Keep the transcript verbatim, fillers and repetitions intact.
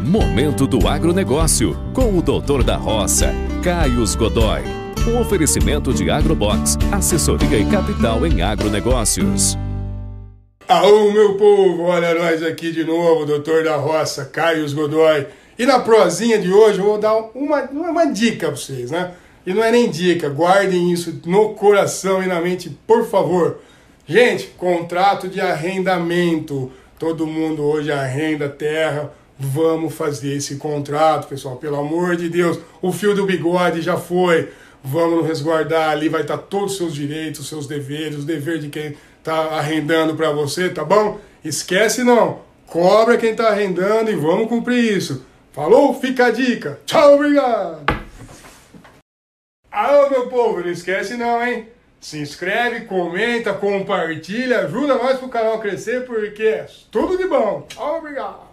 Momento do Agronegócio, com o doutor da Roça, Caio Godoy. Um oferecimento de Agrobox, assessoria e capital em agronegócios. Alô, meu povo, olha nós aqui de novo, doutor da Roça, Caio Godoy. E na prosinha de hoje eu vou dar uma, uma dica para vocês, né? E não é nem dica, guardem isso no coração e na mente, por favor. Gente, contrato de arrendamento. Todo mundo hoje arrenda terra. Vamos fazer esse contrato, pessoal, pelo amor de Deus. O fio do bigode já foi. Vamos nos resguardar, ali vai estar todos os seus direitos, os seus deveres, os deveres de quem está arrendando para você, tá bom? Esquece não, cobra quem está arrendando e vamos cumprir isso. Falou? Fica a dica. Tchau, obrigado. Alô, meu povo, não esquece não, hein? Se inscreve, comenta, compartilha, ajuda nós pro canal crescer, porque é tudo de bom. Tchau, obrigado.